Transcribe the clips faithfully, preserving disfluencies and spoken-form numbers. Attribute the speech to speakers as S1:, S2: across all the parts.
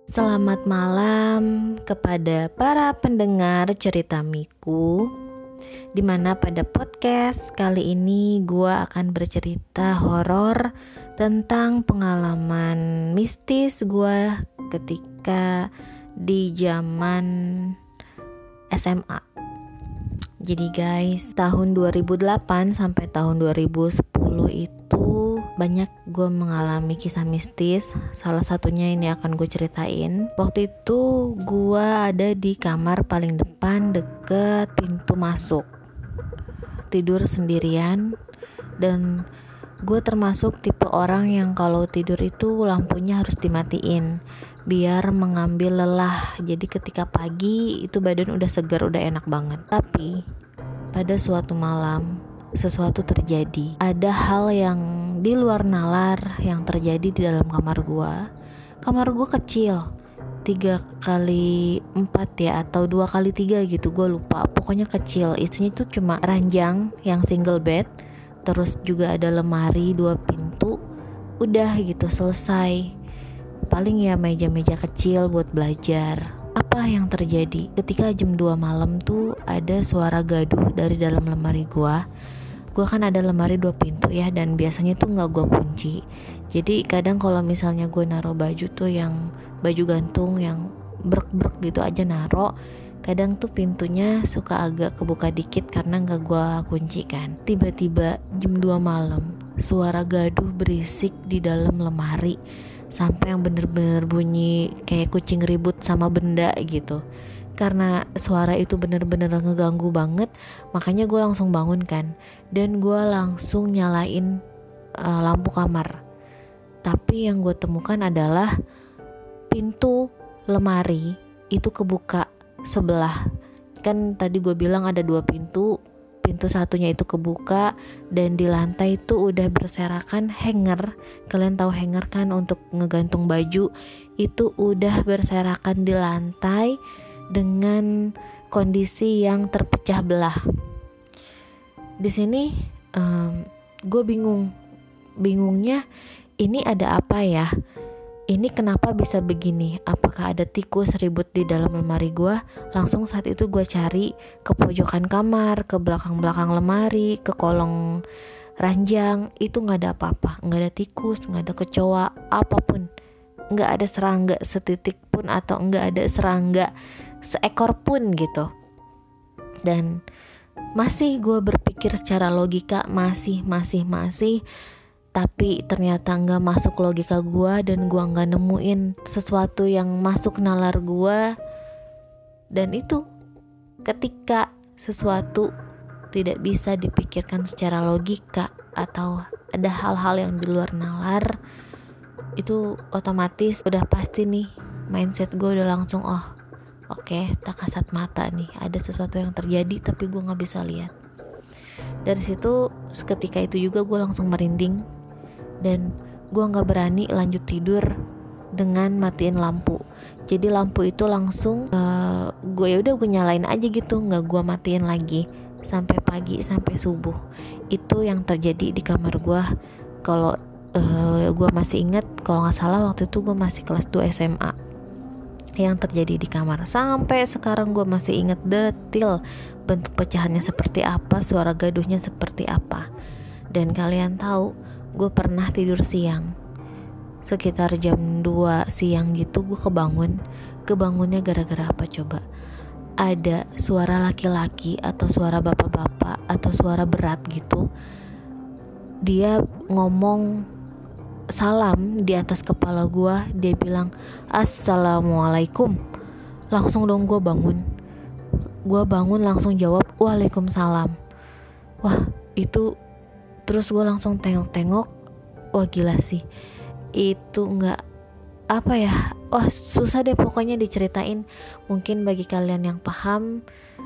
S1: Selamat malam kepada para pendengar cerita Miku, dimana pada podcast kali ini gue akan bercerita horor tentang pengalaman mistis gue ketika di zaman S M A. Jadi guys, tahun dua ribu delapan sampai tahun dua ribu sepuluh itu banyak gue mengalami kisah mistis. Salah satunya ini akan gue ceritain. Waktu itu gue ada di kamar paling depan deket pintu masuk, tidur sendirian. Dan gue termasuk tipe orang yang kalau tidur itu lampunya harus dimatiin biar mengambil lelah. Jadi ketika pagi itu badan udah segar, udah enak banget. Tapi pada suatu malam sesuatu terjadi. Ada hal yang di luar nalar yang terjadi di dalam kamar gua. Kamar gua kecil, tiga kali empat ya, atau dua kali tiga gitu, gua lupa. Pokoknya kecil. Isinya itu cuma ranjang yang single bed, terus juga ada lemari dua pintu. Udah gitu, selesai. Paling ya meja-meja kecil buat belajar. Apa yang terjadi? Ketika jam dua malam tuh ada suara gaduh dari dalam lemari gua. Gue kan ada lemari dua pintu ya, dan biasanya tuh nggak gue kunci. Jadi kadang kalau misalnya gue naruh baju tuh yang baju gantung yang brek-brek gitu aja naruh, kadang tuh pintunya suka agak kebuka dikit karena nggak gue kunci kan. Tiba-tiba jam dua malam suara gaduh berisik di dalam lemari, sampai yang bener-bener bunyi kayak kucing ribut sama benda gitu. Karena suara itu bener-bener ngeganggu banget, makanya gue langsung bangun kan, dan gue langsung nyalain uh, lampu kamar. Tapi yang gue temukan adalah pintu lemari itu kebuka sebelah. Kan tadi gue bilang ada dua pintu, pintu satunya itu kebuka, dan di lantai itu udah berserakan hanger. Kalian tahu hanger kan, untuk ngegantung baju, itu udah berserakan di lantai dengan kondisi yang terpecah belah. Di sini um, gue bingung, bingungnya ini ada apa ya? Ini kenapa bisa begini? Apakah ada tikus ribut di dalam lemari gue? Langsung saat itu gue cari ke pojokan kamar, ke belakang-belakang lemari, ke kolong ranjang. Itu nggak ada apa-apa, nggak ada tikus, nggak ada kecoa, apapun. Nggak ada serangga setitik pun, atau nggak ada serangga seekor pun gitu. Dan masih gue berpikir secara logika, masih masih masih tapi ternyata nggak masuk logika gue, dan gue nggak nemuin sesuatu yang masuk nalar gue. Dan itu ketika sesuatu tidak bisa dipikirkan secara logika, atau ada hal-hal yang di luar nalar, itu otomatis udah pasti nih mindset gue udah langsung, oh oke, okay, tak kasat mata nih, ada sesuatu yang terjadi tapi gue nggak bisa lihat. Dari situ, ketika itu juga gue langsung merinding, dan gue nggak berani lanjut tidur dengan matiin lampu. Jadi lampu itu langsung uh, gue ya udah gue nyalain aja gitu, nggak gue matiin lagi sampai pagi, sampai subuh. Itu yang terjadi di kamar gue. Kalau uh, gue masih ingat, kalau nggak salah waktu itu gue masih kelas dua S M A. Yang terjadi di kamar, sampai sekarang gue masih inget detil bentuk pecahannya seperti apa, suara gaduhnya seperti apa. Dan kalian tahu, gue pernah tidur siang sekitar jam dua siang gitu. Gue kebangun. Kebangunnya gara-gara apa coba? Ada suara laki-laki atau suara bapak-bapak atau suara berat gitu. Dia ngomong salam di atas kepala gue. Dia bilang assalamualaikum. Langsung dong gue bangun. Gue bangun langsung jawab waalaikumsalam. Wah itu, terus gue langsung tengok-tengok. Wah gila sih, itu gak apa ya, wah susah deh pokoknya diceritain. Mungkin bagi kalian yang paham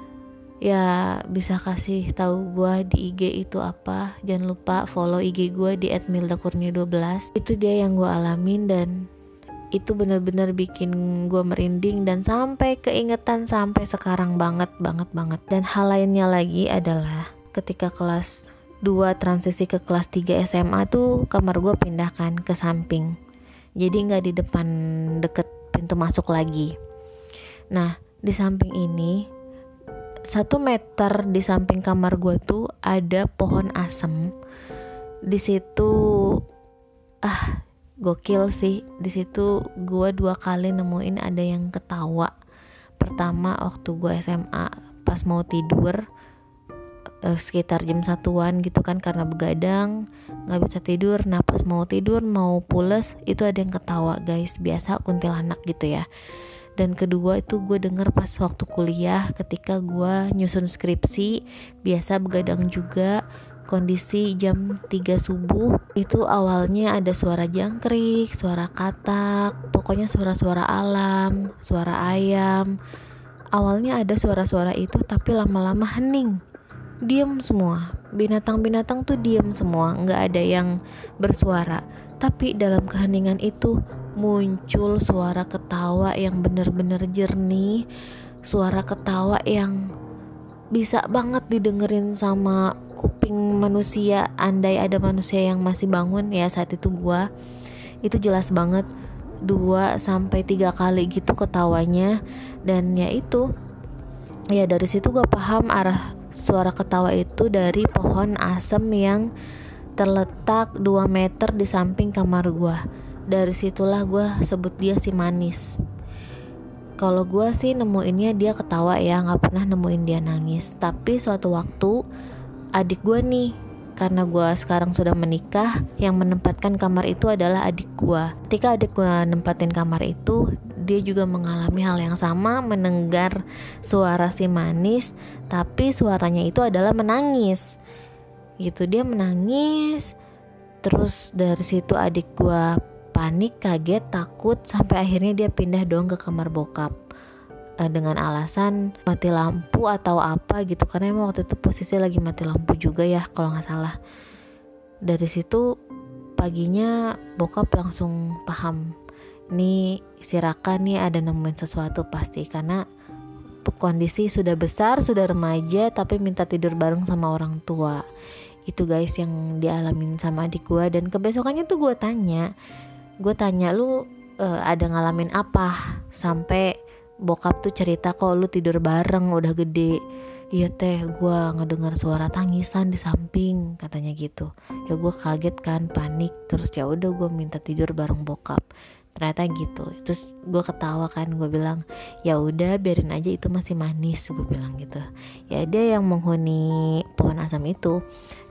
S1: ya bisa kasih tahu gue di I G itu apa. Jangan lupa follow I G gue di et milda kurnia dua belas. Itu dia yang gue alamin, dan itu benar-benar bikin gue merinding dan sampai keingetan sampai sekarang banget banget banget. Dan hal lainnya lagi adalah ketika kelas dua transisi ke kelas tiga S M A tuh kamar gue pindahkan ke samping. Jadi nggak di depan deket pintu masuk lagi. Nah di samping ini, satu meter di samping kamar gue tuh ada pohon asem. Di situ ah gokil sih. Di situ gue dua kali nemuin ada yang ketawa. Pertama waktu gue S M A pas mau tidur, eh, sekitar jam satuan gitu kan, karena begadang nggak bisa tidur. Nah pas mau tidur mau pules itu ada yang ketawa guys, biasa kuntilanak gitu ya. Dan kedua itu gue denger pas waktu kuliah ketika gue nyusun skripsi, biasa begadang juga, kondisi jam tiga subuh. Itu awalnya ada suara jangkrik, suara katak, pokoknya suara-suara alam, suara ayam. Awalnya ada suara-suara itu, tapi lama-lama hening, diem semua. Binatang-binatang tuh diem semua, gak ada yang bersuara. Tapi dalam keheningan itu muncul suara ketawa yang bener-bener jernih, suara ketawa yang bisa banget didengerin sama kuping manusia. Andai ada manusia yang masih bangun ya saat itu gua, itu jelas banget dua sampai tiga kali gitu ketawanya. Dan ya itu, ya dari situ gua paham arah suara ketawa itu dari pohon asem yang terletak dua meter di samping kamar gua. Dari situlah gue sebut dia si manis. Kalau gue sih nemuinnya dia ketawa ya, gak pernah nemuin dia nangis. Tapi suatu waktu adik gue nih, karena gue sekarang sudah menikah, yang menempatkan kamar itu adalah adik gue. Ketika adik gue nempatin kamar itu, dia juga mengalami hal yang sama, mendengar suara si manis, tapi suaranya itu adalah menangis gitu. Dia menangis. Terus dari situ adik gue panik, kaget, takut, sampai akhirnya dia pindah dong ke kamar bokap e, dengan alasan mati lampu atau apa gitu, karena emang waktu itu posisi lagi mati lampu juga ya kalau nggak salah. Dari situ paginya bokap langsung paham, nih si Raka nih ada nemuin sesuatu pasti, karena kondisi sudah besar, sudah remaja, tapi minta tidur bareng sama orang tua. Itu guys yang dialamin sama adik gue. Dan kebesokannya tuh gue tanya gue tanya lu uh, ada ngalamin apa sampai bokap tuh cerita kok lu tidur bareng udah gede. Iya teh, gue ngedengar suara tangisan di samping, katanya gitu. Ya gue kaget kan, panik. Terus ya udah gue minta tidur bareng bokap. Ternyata gitu. Terus gue ketawa kan, gue bilang ya udah biarin aja, itu masih manis, gue bilang gitu. Ya dia yang menghuni pohon asam itu.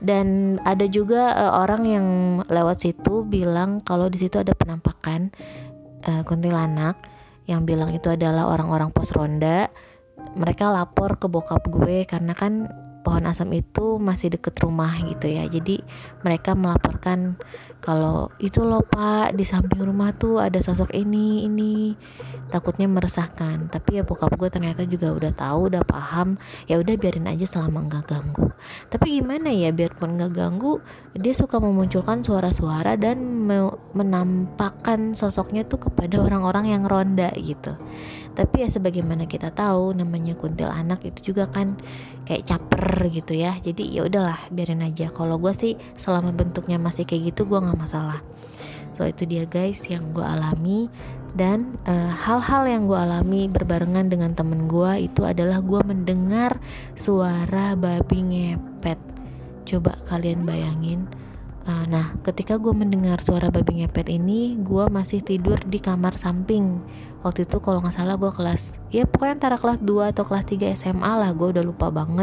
S1: Dan ada juga uh, orang yang lewat situ bilang kalau di situ ada penampakan uh, kuntilanak, yang bilang itu adalah orang-orang pos ronda. Mereka lapor ke bokap gue karena kan pohon asam itu masih deket rumah gitu ya. Jadi mereka melaporkan kalau itu loh pak, di samping rumah tuh ada sosok ini ini takutnya meresahkan. Tapi ya bokap gue ternyata juga udah tahu, udah paham. Ya udah biarin aja selama nggak ganggu. Tapi gimana ya, biarpun nggak ganggu, dia suka memunculkan suara-suara dan me- menampakkan sosoknya tuh kepada orang-orang yang ronda gitu. Tapi ya sebagaimana kita tahu, namanya kuntilanak itu juga kan kayak caper gitu ya. Jadi ya udahlah biarin aja. Kalau gue sih selama bentuknya masih kayak gitu gue nggak masalah. So itu dia guys yang gue alami. Dan uh, hal-hal yang gue alami berbarengan dengan temen gue itu adalah gue mendengar suara babi ngepet. Coba kalian bayangin. Uh, nah ketika gue mendengar suara babi ngepet ini, gue masih tidur di kamar samping. Waktu itu kalau gak salah gue kelas, ya pokoknya antara kelas dua atau kelas tiga S M A lah, gue udah lupa banget.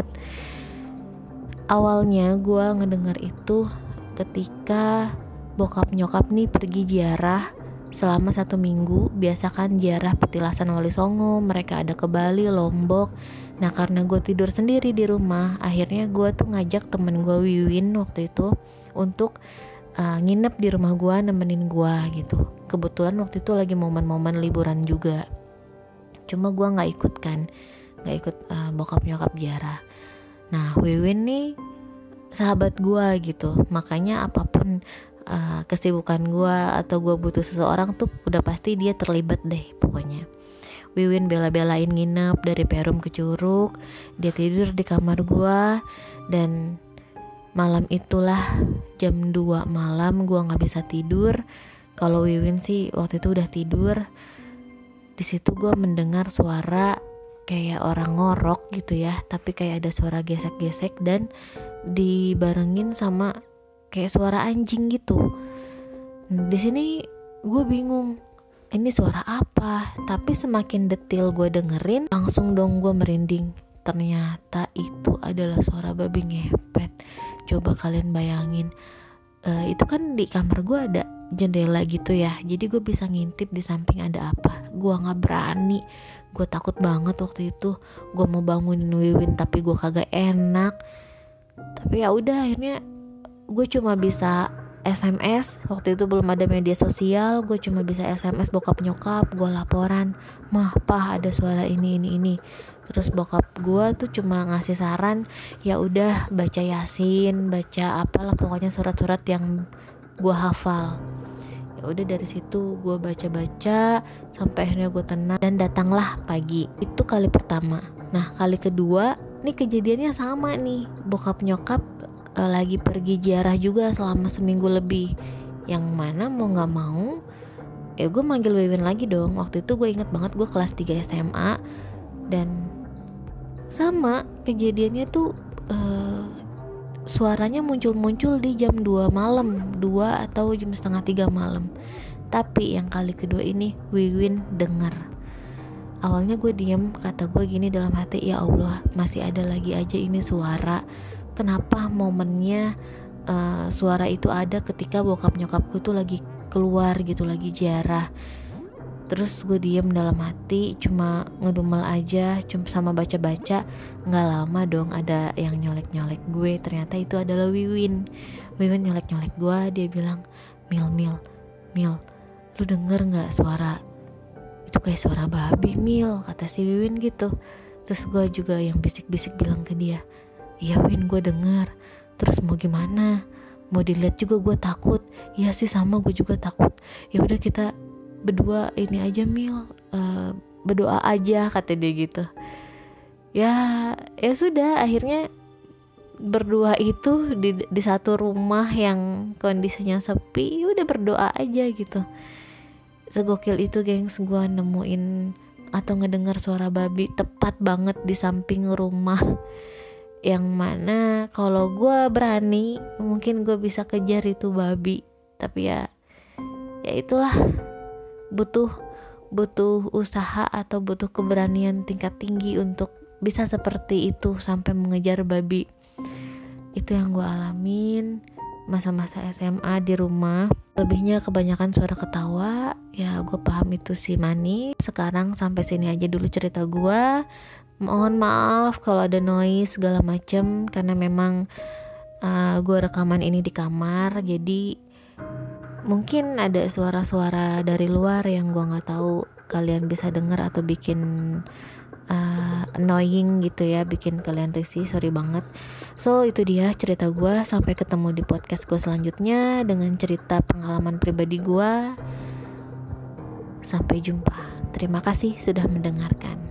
S1: Awalnya gue ngedengar itu ketika bokap nyokap nih pergi ziarah selama satu minggu. Biasa kan ziarah petilasan Wali Songo, mereka ada ke Bali, Lombok. Nah karena gue tidur sendiri di rumah, akhirnya gue tuh ngajak temen gue Wiwin waktu itu untuk uh, nginep di rumah gue, nemenin gue gitu. Kebetulan waktu itu lagi momen-momen liburan juga. Cuma gue gak ikut kan, gak ikut uh, bokap nyokap ziarah. Nah Wiwin nih sahabat gue gitu, makanya apapun uh, kesibukan gue atau gue butuh seseorang tuh udah pasti dia terlibat deh pokoknya. Wiwin bela-belain nginep dari Perum ke Curug, dia tidur di kamar gue. Dan malam itulah jam dua malam gue gak bisa tidur. Kalau Wiwin sih waktu itu udah tidur. Di situ gue mendengar suara kayak orang ngorok gitu ya, tapi kayak ada suara gesek-gesek dan dibarengin sama kayak suara anjing gitu. Nah, di sini gue bingung, ini suara apa? Tapi semakin detail gue dengerin, langsung dong gue merinding. Ternyata itu adalah suara babi ngepet. Coba kalian bayangin, uh, itu kan di kamar gue ada jendela gitu ya, jadi gue bisa ngintip di samping ada apa. Gue nggak berani, gue takut banget waktu itu. Gue mau bangunin Wiwin tapi gue kagak enak. Tapi ya udah, akhirnya gue cuma bisa S M S. Waktu itu belum ada media sosial, gue cuma bisa S M S bokap nyokap, gue laporan, mah pah ada suara ini ini ini. Terus bokap gue tuh cuma ngasih saran, ya udah baca Yasin, baca apalah pokoknya surat-surat yang gue hafal. Ya udah dari situ gue baca-baca sampai akhirnya gue tenang dan datanglah pagi. Itu kali pertama. Nah kali kedua, nih kejadiannya sama nih, bokap nyokap uh, lagi pergi ziarah juga selama seminggu lebih. Yang mana mau nggak mau, ya gue manggil Wiwin lagi dong. Waktu itu gue inget banget gue kelas tiga S M A dan sama kejadiannya tuh uh, suaranya muncul-muncul di jam dua malam, dua atau jam setengah tiga malam. Tapi yang kali kedua ini Wiwin denger. Awalnya gue diem, kata gue gini dalam hati, ya Allah masih ada lagi aja ini suara. Kenapa momennya uh, suara itu ada ketika bokap nyokapku tuh lagi keluar gitu, lagi ziarah. Terus gue diem dalam hati, cuma ngedumel aja, cuma sama baca-baca. Gak lama dong ada yang nyolek-nyolek gue. Ternyata itu adalah Wiwin. Wiwin nyolek-nyolek gue, dia bilang, Mil, Mil, Mil, lu denger gak suara? Itu kayak suara babi, Mil, kata si Wiwin gitu. Terus gue juga yang bisik-bisik bilang ke dia, iya Win, gue denger. Terus mau gimana? Mau dilihat juga gue takut. Iya sih sama, gue juga takut. Ya udah kita berdua ini aja Mil, uh, berdoa aja, kata dia gitu. Ya, ya sudah, akhirnya berdua itu di, di satu rumah yang kondisinya sepi, udah berdoa aja gitu. Segokil itu gengs, gue nemuin atau ngedengar suara babi tepat banget di samping rumah. Yang mana kalau gue berani mungkin gue bisa kejar itu babi. Tapi ya, ya itulah, butuh butuh usaha atau butuh keberanian tingkat tinggi untuk bisa seperti itu sampai mengejar babi. Itu yang gue alamin masa-masa S M A di rumah. Lebihnya kebanyakan suara ketawa. Ya gue paham itu sih Mani. Sekarang sampai sini aja dulu cerita gue. Mohon maaf kalau ada noise segala macem, karena memang uh, gue rekaman ini di kamar, jadi mungkin ada suara-suara dari luar yang gue nggak tahu kalian bisa dengar atau bikin uh, annoying gitu ya, bikin kalian risih, sorry banget. So itu dia cerita gue. Sampai ketemu di podcast gue selanjutnya dengan cerita pengalaman pribadi gue. Sampai jumpa. Terima kasih sudah mendengarkan.